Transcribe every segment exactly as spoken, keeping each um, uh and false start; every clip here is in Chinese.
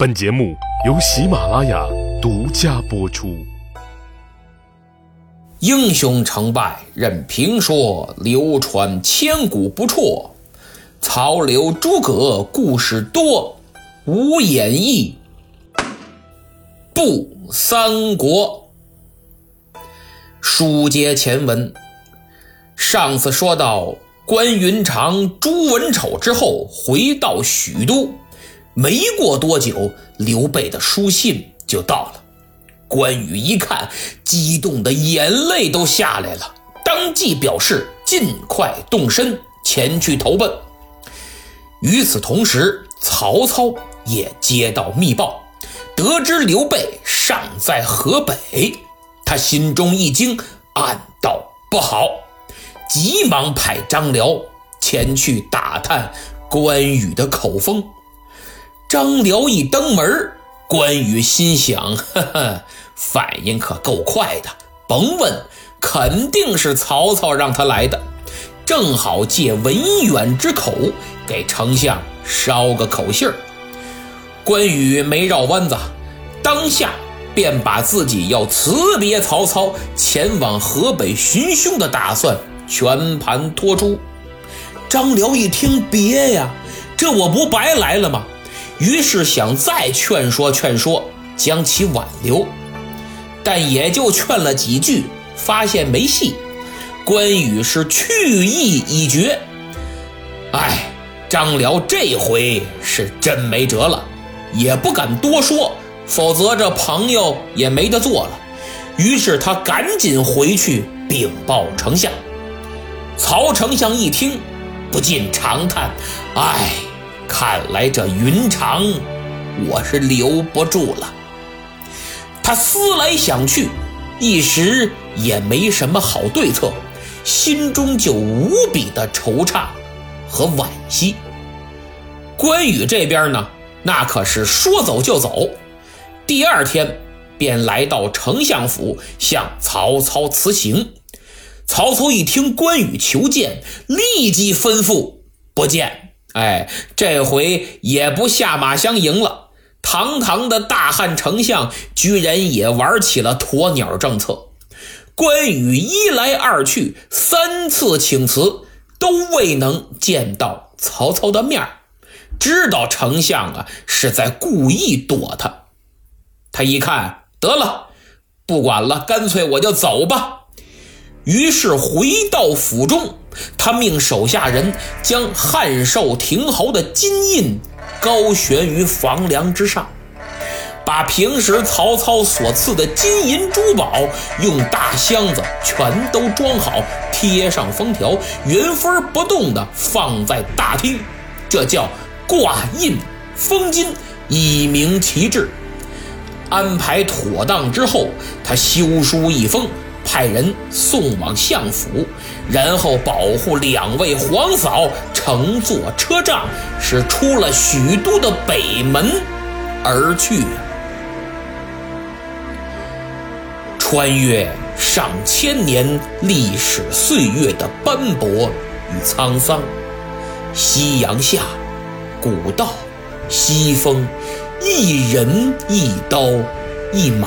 本节目由喜马拉雅独家播出。 英雄成败任评说，流传千古不辍。曹刘诸葛故事多，无演义不三国。书接前文，上次说到关云长诛文丑之后回到许都，没过多久，刘备的书信就到了。关羽一看，激动的眼泪都下来了，当即表示尽快动身前去投奔。与此同时，曹操也接到密报，得知刘备尚在河北，他心中一惊，暗道不好，急忙派张辽前去打探关羽的口风。张辽一登门，关羽心想，呵呵，反应可够快的，甭问，肯定是曹操让他来的，正好借文远之口给丞相捎个口信儿。关羽没绕弯子，当下便把自己要辞别曹操前往河北寻凶的打算全盘托出。张辽一听，别呀，这我不白来了吗？于是想再劝说劝说，将其挽留，但也就劝了几句，发现没戏，关羽是去意已决。哎，张辽这回是真没辙了，也不敢多说，否则这朋友也没得做了。于是他赶紧回去禀报丞相。曹丞相一听，不禁长叹，哎，看来这云长我是留不住了。他思来想去，一时也没什么好对策，心中就无比的惆怅和惋惜。关羽这边呢，那可是说走就走，第二天便来到丞相府向曹操辞行。曹操一听关羽求见，立即吩咐不见。哎，这回也不下马相迎了，堂堂的大汉丞相居然也玩起了鸵鸟政策。关羽一来二去，三次请辞，都未能见到曹操的面，知道丞相啊是在故意躲他。他一看，得了，不管了，干脆我就走吧。于是回到府中，他命手下人将汉寿亭侯的金印高悬于房梁之上，把平时曹操所赐的金银珠宝用大箱子全都装好，贴上封条，原封不动地放在大厅，这叫挂印封金，以明其志。安排妥当之后，他修书一封，派人送往相府，然后保护两位皇嫂乘坐车仗，是出了许都的北门而去。穿越上千年历史岁月的斑驳与沧桑，夕阳下，古道，西风，一人一刀一马。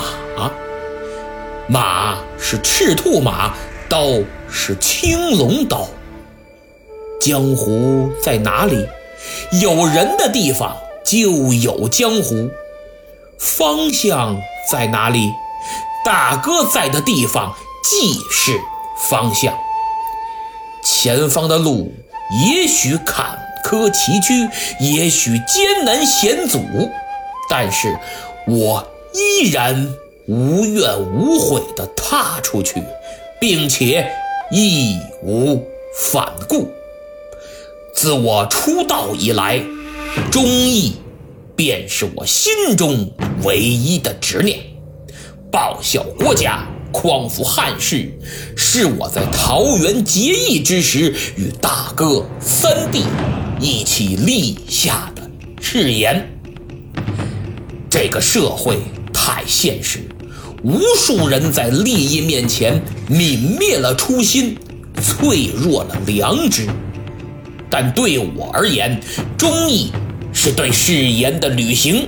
马是赤兔马，刀是青龙刀。江湖在哪里？有人的地方就有江湖。方向在哪里？大哥在的地方即是方向。前方的路也许坎坷崎岖，也许艰难险阻，但是我依然无怨无悔地踏出去，并且义无反顾。自我出道以来，忠义便是我心中唯一的执念。报效国家，匡扶汉室，是我在桃园结义之时与大哥三弟一起立下的誓言。这个社会太现实，无数人在利益面前泯灭了初心，脆弱了良知。但对我而言，忠义是对誓言的履行，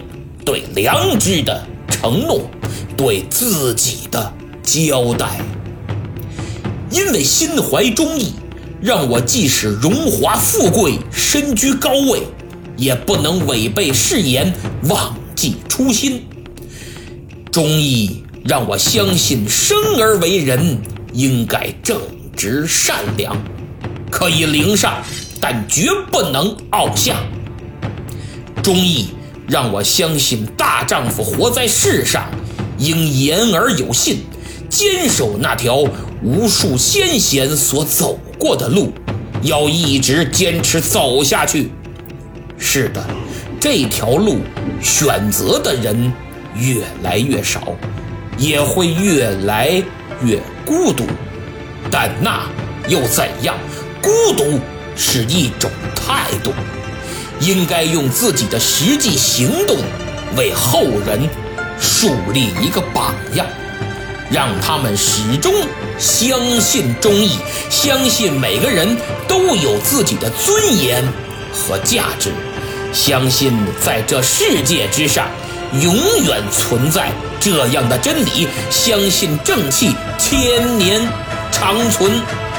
对良知的承诺，对自己的交代。因为心怀忠义，让我即使荣华富贵，身居高位，也不能违背誓言，忘记初心。忠义让我相信生而为人应该正直善良，可以凌上，但绝不能傲下。忠义让我相信大丈夫活在世上应言而有信，坚守那条无数先贤所走过的路，要一直坚持走下去。是的，这条路选择的人越来越少，也会越来越孤独，但那又怎样？孤独是一种态度，应该用自己的实际行动为后人树立一个榜样，让他们始终相信忠义，相信每个人都有自己的尊严和价值，相信在这世界之上永远存在这样的真理，相信正气千年长存。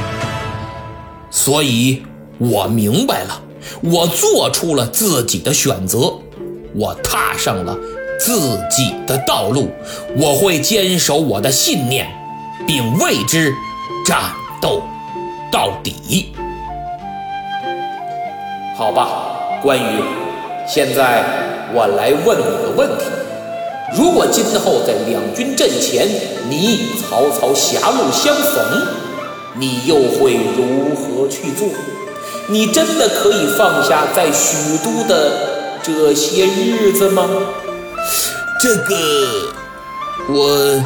所以我明白了，我做出了自己的选择，我踏上了自己的道路，我会坚守我的信念，并为之战斗到底。好吧，关羽，现在我来问你个问题，如果今后在两军阵前你与曹操狭路相逢，你又会如何去做？你真的可以放下在许都的这些日子吗？这个我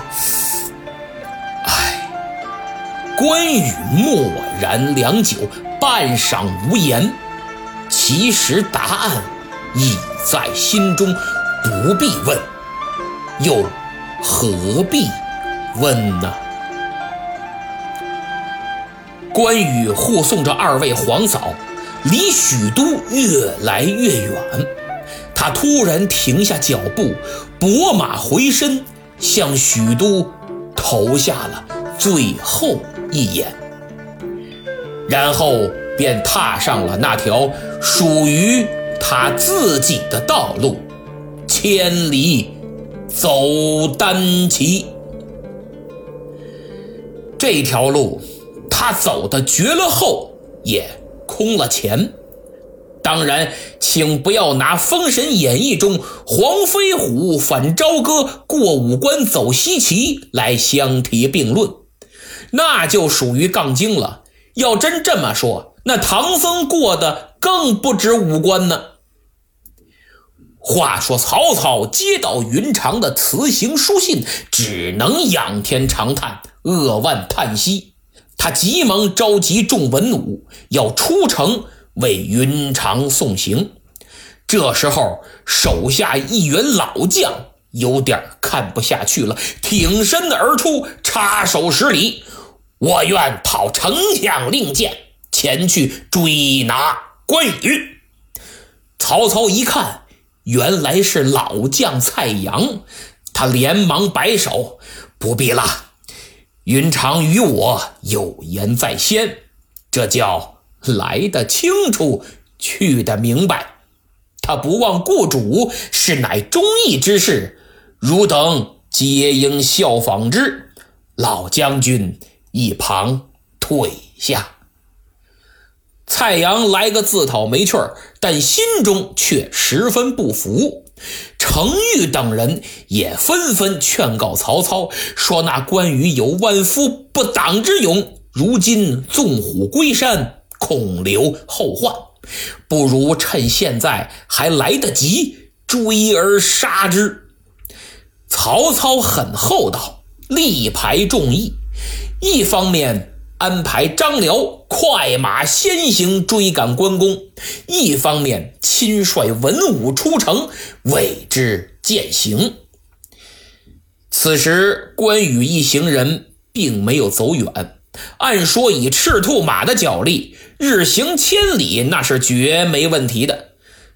唉。关羽默然良久，半晌无言。其实答案已在心中，不必问，又何必问呢？关羽护送着二位皇嫂离许都越来越远，他突然停下脚步，拨马回身，向许都投下了最后一眼，然后便踏上了那条属于他自己的道路，千里走单骑。这条路他走的绝了后，也空了钱。当然，请不要拿《封神演义》中黄飞虎反朝歌过五关走西岐来相提并论，那就属于杠精了。要真这么说，那唐僧过的更不止五关呢。话说曹操接到云长的辞行书信，只能仰天长叹，扼腕叹息。他急忙召集众文武，要出城为云长送行。这时候手下一员老将有点看不下去了，挺身而出，插手施礼，我愿讨丞相令箭，前去追拿关羽。曹操一看，原来是老将蔡阳，他连忙摆手，不必了，云长与我有言在先，这叫来得清楚，去得明白。他不忘雇主，是乃忠义之士，汝等皆应效仿之。老将军一旁退下。蔡阳来个自讨没趣儿，但心中却十分不服。程昱等人也纷纷劝告曹操，说那关羽有万夫不挡之勇，如今纵虎归山，恐留后患，不如趁现在还来得及，追而杀之。曹操很厚道，力排众议，一方面安排张辽快马先行追赶关公，一方面亲率文武出城为之践行。此时关羽一行人并没有走远，按说以赤兔马的脚力，日行千里那是绝没问题的。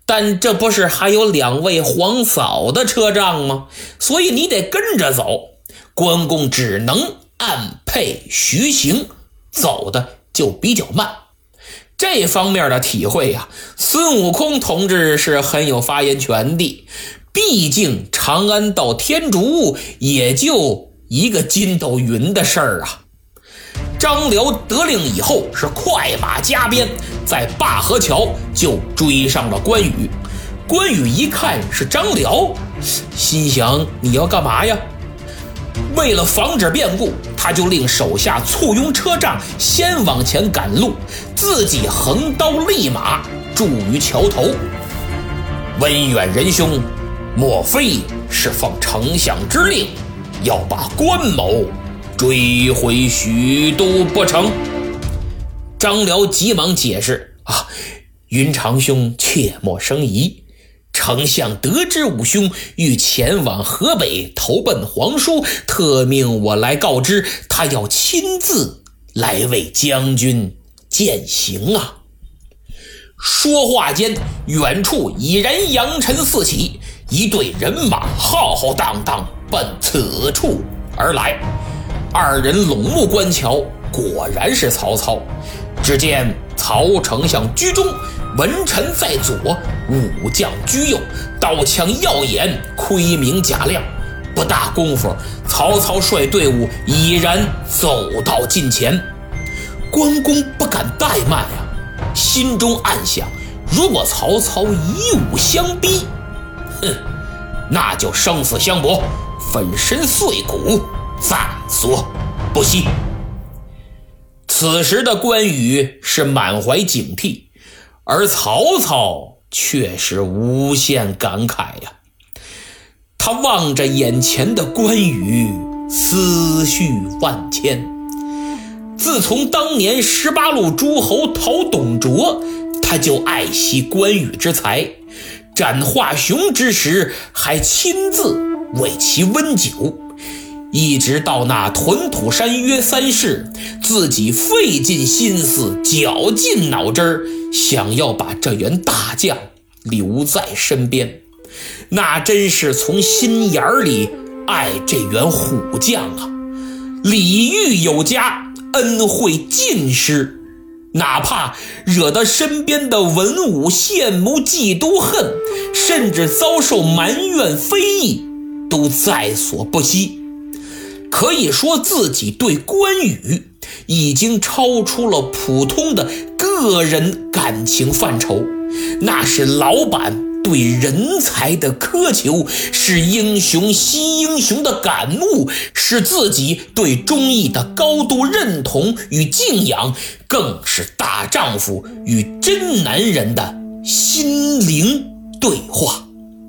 但这不是还有两位皇嫂的车仗吗？所以你得跟着走。关公只能按配徐行，走的就比较慢。这方面的体会啊，孙悟空同志是很有发言权的。毕竟长安到天竺也就一个筋斗云的事儿啊。张辽得令以后是快马加鞭，在灞河桥就追上了关羽。关羽一看是张辽，心想你要干嘛呀？为了防止变故，他就令手下簇拥车仗，先往前赶路，自己横刀立马驻于桥头。温远仁兄，莫非是奉丞相之令，要把关某追回许都不成？张辽急忙解释啊，云长兄切莫生疑，丞相得知吾兄欲前往河北投奔皇叔，特命我来告知，他要亲自来为将军饯行啊。说话间，远处已然扬尘四起，一队人马浩浩荡荡奔此处而来。二人拢目观瞧，果然是曹操。只见曹丞相居中，文臣在左，武将居右，刀枪耀眼，盔明甲亮。不大功夫，曹操率队伍已然走到近前。关公不敢怠慢啊，心中暗想，如果曹操以武相逼，哼，那就生死相搏，粉身碎骨，在所不惜。此时的关羽是满怀警惕，而曹操却是无限感慨呀、啊。他望着眼前的关羽，思绪万千。自从当年十八路诸侯讨董卓，他就爱惜关羽之才，斩华雄之时还亲自为其温酒，一直到那屯土山约三世，自己费尽心思，绞尽脑汁，想要把这员大将留在身边，那真是从心眼里爱这员虎将啊！礼遇有加，恩惠尽失，哪怕惹得身边的文武羡慕嫉妒恨，甚至遭受埋怨非议，都在所不惜。可以说自己对关羽已经超出了普通的个人感情范畴，那是老板对人才的苛求，是英雄惜英雄的感悟，是自己对忠义的高度认同与敬仰，更是大丈夫与真男人的心灵对话。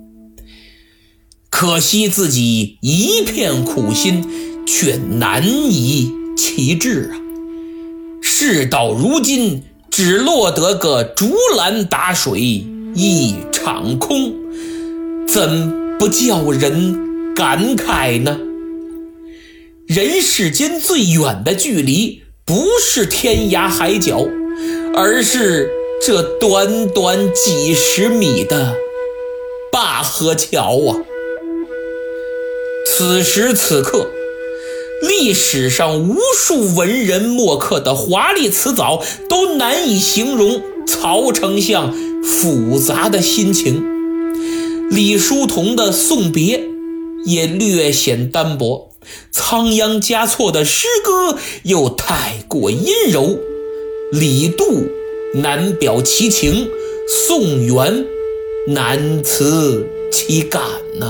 可惜自己一片苦心，却难以其志啊！事到如今，只落得个竹篮打水一场空，怎不叫人感慨呢？人世间最远的距离，不是天涯海角，而是这短短几十米的灞河桥啊！此时此刻，历史上无数文人墨客的华丽辞藻都难以形容曹丞相复杂的心情。李叔同的送别也略显单薄，仓央嘉措的诗歌又太过阴柔，李杜难表其情，宋元难辞其感呢、啊。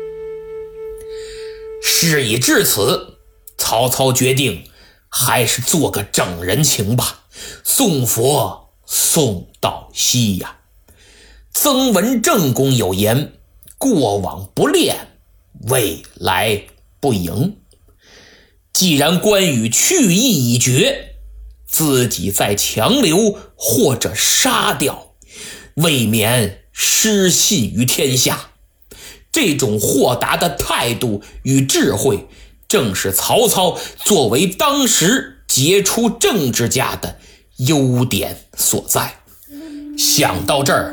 事已至此，曹操决定还是做个整人情吧，送佛送到西呀。曾文正公有言，过往不恋，未来不迎。既然关羽去意已决，自己再强留或者杀掉，未免失信于天下。这种豁达的态度与智慧，正是曹操作为当时杰出政治家的优点所在。想到这儿，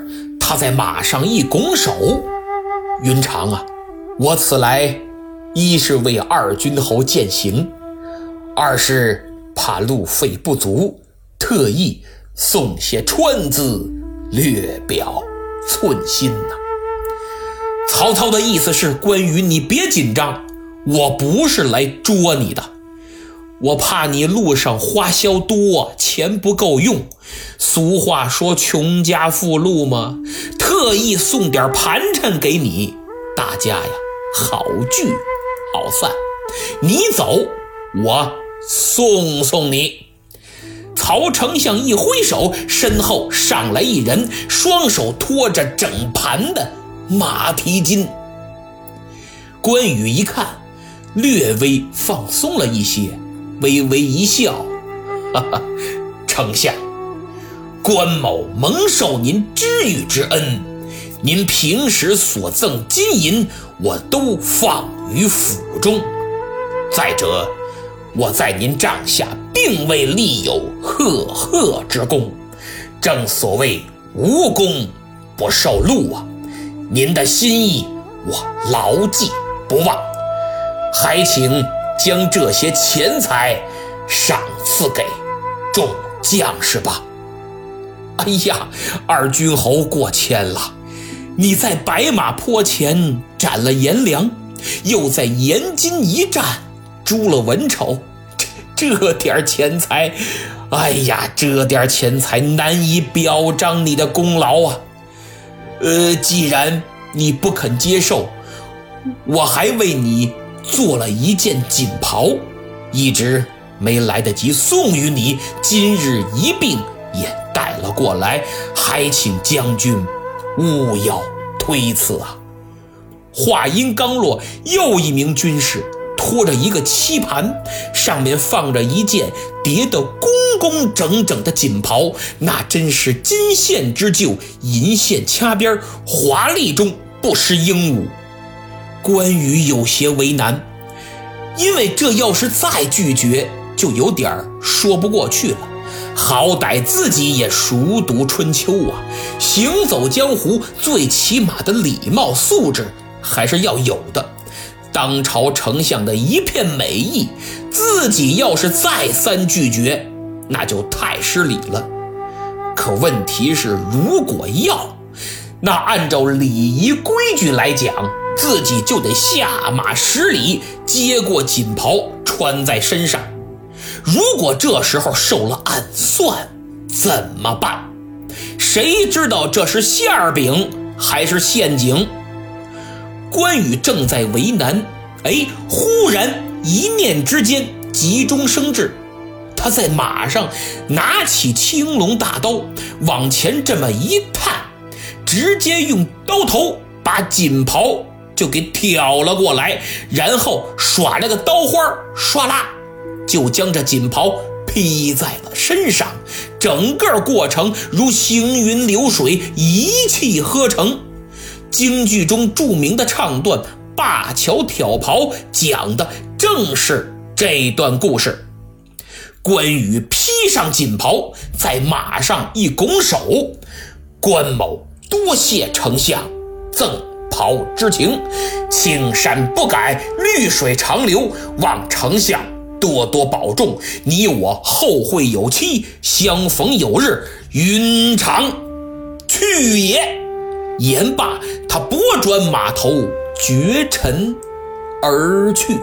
他在马上一拱手：“云长啊，我此来一是为二君侯饯行，二是怕路费不足，特意送些川字，略表寸心呐、啊。”曹操的意思是：关羽你别紧张，我不是来捉你的，我怕你路上花销多，钱不够用。俗话说穷家富路嘛，特意送点盘缠给你，大家呀好聚好散。你走，我送送你。曹丞相一挥手，身后上来一人，双手托着整盘的马蹄金。关羽一看，略微放松了一些，微微一笑：“哈哈，丞相，关某蒙受您知遇之恩，您平时所赠金银，我都放于府中。再者，我在您帐下并未立有赫赫之功，正所谓无功不受禄啊。您的心意我牢记不忘，还请将这些钱财赏赐给众将士吧。”哎呀，二君侯过谦了，你在白马坡前斩了颜良，又在延津一战诛了文丑，这这点钱财，哎呀，这点钱财难以表彰你的功劳啊。呃，既然你不肯接受，我还为你做了一件锦袍，一直没来得及送与你，今日一并也带了过来，还请将军勿要推辞啊。话音刚落，又一名军士拖着一个漆盘，上面放着一件叠得工工整整的锦袍，那真是金线织就，银线掐边，华丽中不失英武。关羽有些为难，因为这要是再拒绝，就有点说不过去了。好歹自己也熟读春秋啊，行走江湖最起码的礼貌素质还是要有的。当朝丞相的一片美意，自己要是再三拒绝，那就太失礼了。可问题是，如果要，那按照礼仪规矩来讲，自己就得下马施礼，接过锦袍穿在身上。如果这时候受了暗算，怎么办？谁知道这是馅饼还是陷阱？关羽正在为难，哎，忽然一念之间急中生智，他在马上拿起青龙大刀，往前这么一探，直接用刀头把锦袍就给挑了过来，然后耍了个刀花，唰啦就将这锦袍披在了身上。整个过程如行云流水，一气呵成。京剧中著名的唱段《灞桥挑袍》讲的正是这段故事。关羽披上锦袍，在马上一拱手：“关某多谢丞相赠袍之情，青山不改，绿水长流，望丞相多多保重，你我后会有期，相逢有日，云长去也。”言罢，他拨转马头，绝尘而去。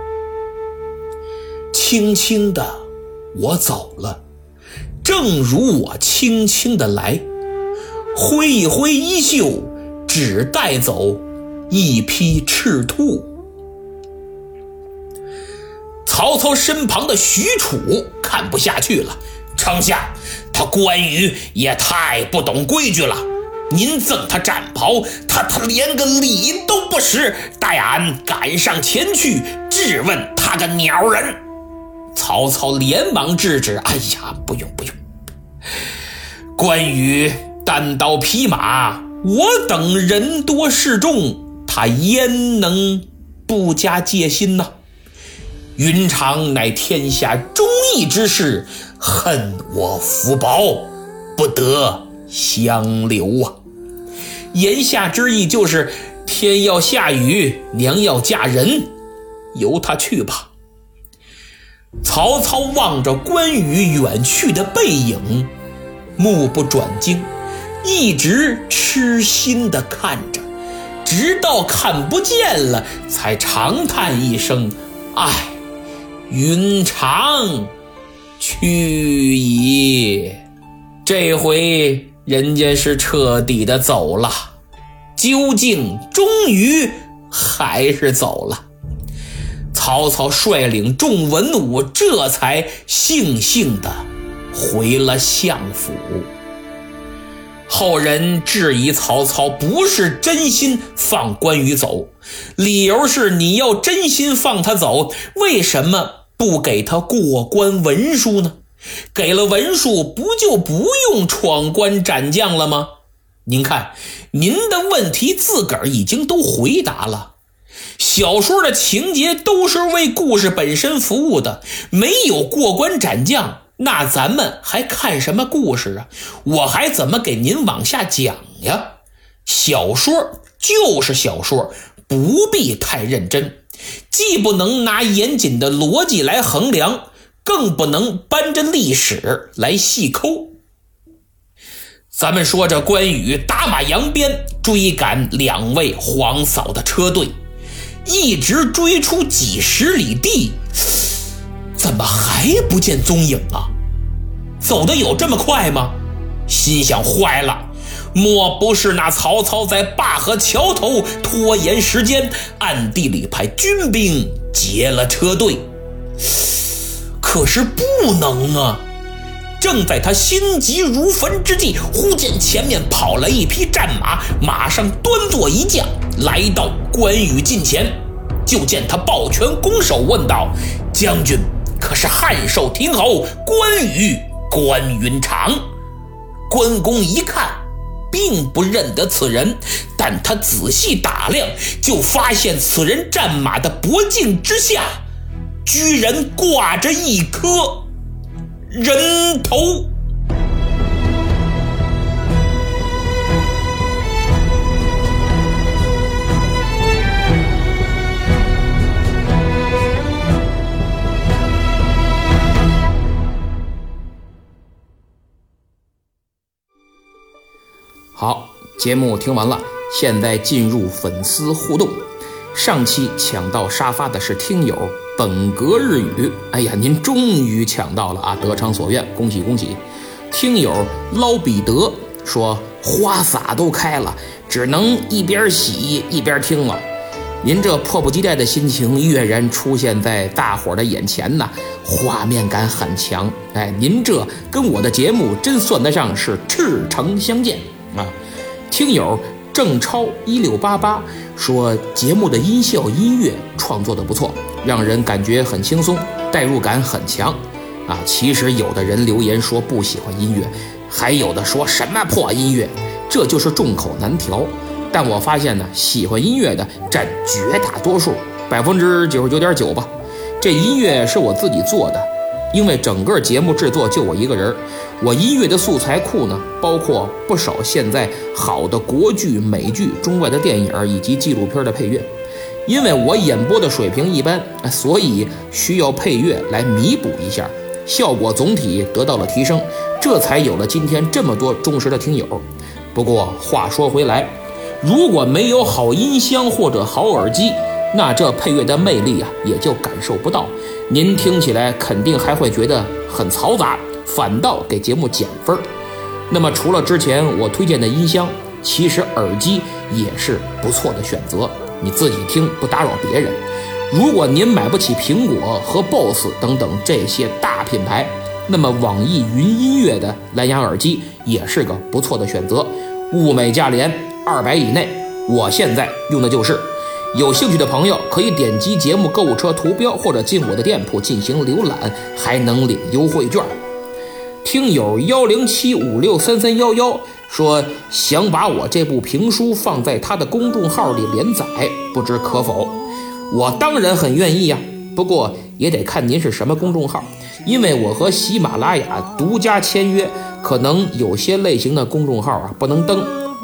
轻轻的我走了，正如我轻轻的来，挥一挥衣袖，只带走一匹赤兔。曹操身旁的许褚看不下去了：“丞相，他关羽也太不懂规矩了，您赠他战袍，他他连个礼都不识，待俺赶上前去质问他个鸟人。”曹操连忙制止：“哎呀，不用不用，关羽单刀匹马，我等人多势众，他焉能不加戒心呢？云长乃天下忠义之士，恨我福薄，不得相留啊！” 言下之意就是天要下雨，娘要嫁人，由他去吧。曹操望着关羽远去的背影，目不转睛，一直痴心地看着，直到看不见了，才长叹一声：唉，云长去也。这回人家是彻底的走了，究竟终于还是走了。曹操率领众文武这才悻悻地回了相府。后人质疑曹操不是真心放关羽走，理由是你要真心放他走，为什么不给他过关文书呢？给了文书不就不用闯关斩将了吗？您看，您的问题自个儿已经都回答了。小说的情节都是为故事本身服务的，没有过关斩将，那咱们还看什么故事啊？我还怎么给您往下讲呀？小说就是小说，不必太认真，既不能拿严谨的逻辑来衡量，更不能搬着历史来细抠。咱们说这关羽打马扬鞭追赶两位皇嫂的车队，一直追出几十里地，怎么还不见踪影啊？走得有这么快吗？心想坏了，莫不是那曹操在灞河桥头拖延时间，暗地里派军兵劫了车队？可是不能啊！正在他心急如焚之际，忽见前面跑来一匹战马，马上端坐一将，来到关羽近前，就见他抱拳拱手问道：将军可是汉寿亭侯关羽关云长？关公一看并不认得此人，但他仔细打量，就发现此人战马的脖颈之下居然挂着一颗人头。好，节目听完了，现在进入粉丝互动。上期抢到沙发的是听友本格日语，哎呀，您终于抢到了啊，得偿所愿，恭喜恭喜。听友捞彼得说花洒都开了，只能一边洗一边听了。您这迫不及待的心情跃然出现在大伙的眼前呐，画面感很强。哎，您这跟我的节目真算得上是赤诚相见啊。听友郑超一六八八说节目的音效音乐创作的不错，让人感觉很轻松，代入感很强啊。其实有的人留言说不喜欢音乐，还有的说什么破音乐，这就是众口难调。但我发现呢，喜欢音乐的占绝大多数，百分之九十九点九吧。这音乐是我自己做的，因为整个节目制作就我一个人，我音乐的素材库呢，包括不少现在好的国剧、美剧、中外的电影以及纪录片的配乐。因为我演播的水平一般，所以需要配乐来弥补一下，效果总体得到了提升，这才有了今天这么多忠实的听友。不过话说回来，如果没有好音箱或者好耳机，那这配乐的魅力啊也就感受不到，您听起来肯定还会觉得很嘈杂，反倒给节目减分。那么除了之前我推荐的音箱，其实耳机也是不错的选择，你自己听不打扰别人。如果您买不起苹果和 B O S S 等等这些大品牌，那么网易云音乐的蓝牙耳机也是个不错的选择，物美价廉，二百以内，我现在用的就是。有兴趣的朋友可以点击节目购物车图标或者进我的店铺进行浏览，还能领优惠券。听友一零七五六三三一一说想把我这部评书放在他的公众号里连载，不知可否？我当然很愿意呀、啊，不过也得看您是什么公众号，因为我和喜马拉雅独家签约，可能有些类型的公众号啊不能登，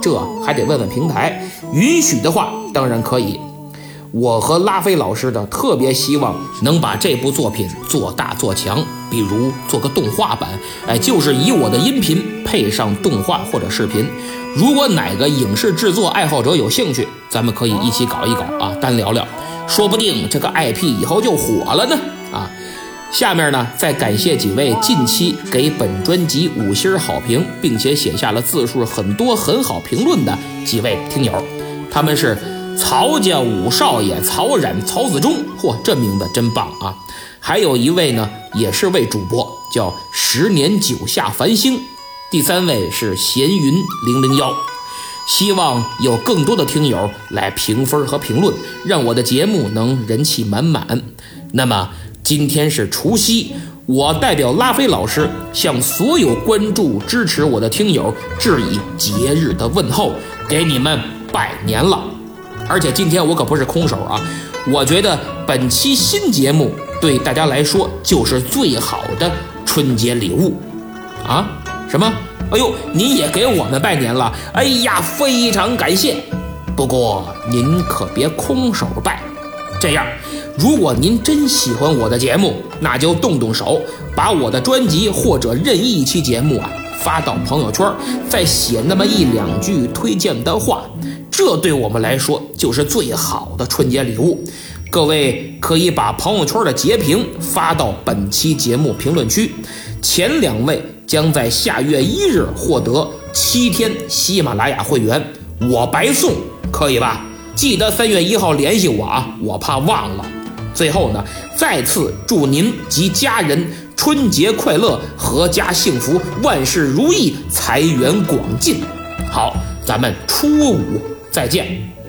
这还得问问平台，允许的话当然可以。我和拉菲老师的特别希望能把这部作品做大做强，比如做个动画版，哎，就是以我的音频配上动画或者视频。如果哪个影视制作爱好者有兴趣，咱们可以一起搞一搞啊，单聊聊，说不定这个 I P 以后就火了呢啊！下面呢，再感谢几位近期给本专辑五星好评，并且写下了字数很多很好评论的几位听友，他们是曹家五少爷曹冉、曹子忠，嚯，这名字真棒啊！还有一位呢，也是位主播，叫十年九下繁星。第三位是闲云零零一，希望有更多的听友来评分和评论，让我的节目能人气满满。那么今天是除夕，我代表拉菲老师向所有关注支持我的听友致以节日的问候，给你们拜年了。而且今天我可不是空手啊，我觉得本期新节目对大家来说就是最好的春节礼物啊！什么？哎呦，您也给我们拜年了？哎呀，非常感谢。不过您可别空手拜，这样，如果您真喜欢我的节目，那就动动手，把我的专辑或者任意一期节目啊发到朋友圈，再写那么一两句推荐的话，这对我们来说就是最好的春节礼物。各位可以把朋友圈的截屏发到本期节目评论区，前两位将在下月一日获得七天喜马拉雅会员，我白送，可以吧？记得三月一号联系我啊，我怕忘了。最后呢，再次祝您及家人春节快乐，阖家幸福，万事如意，财源广进。好，咱们初五再见。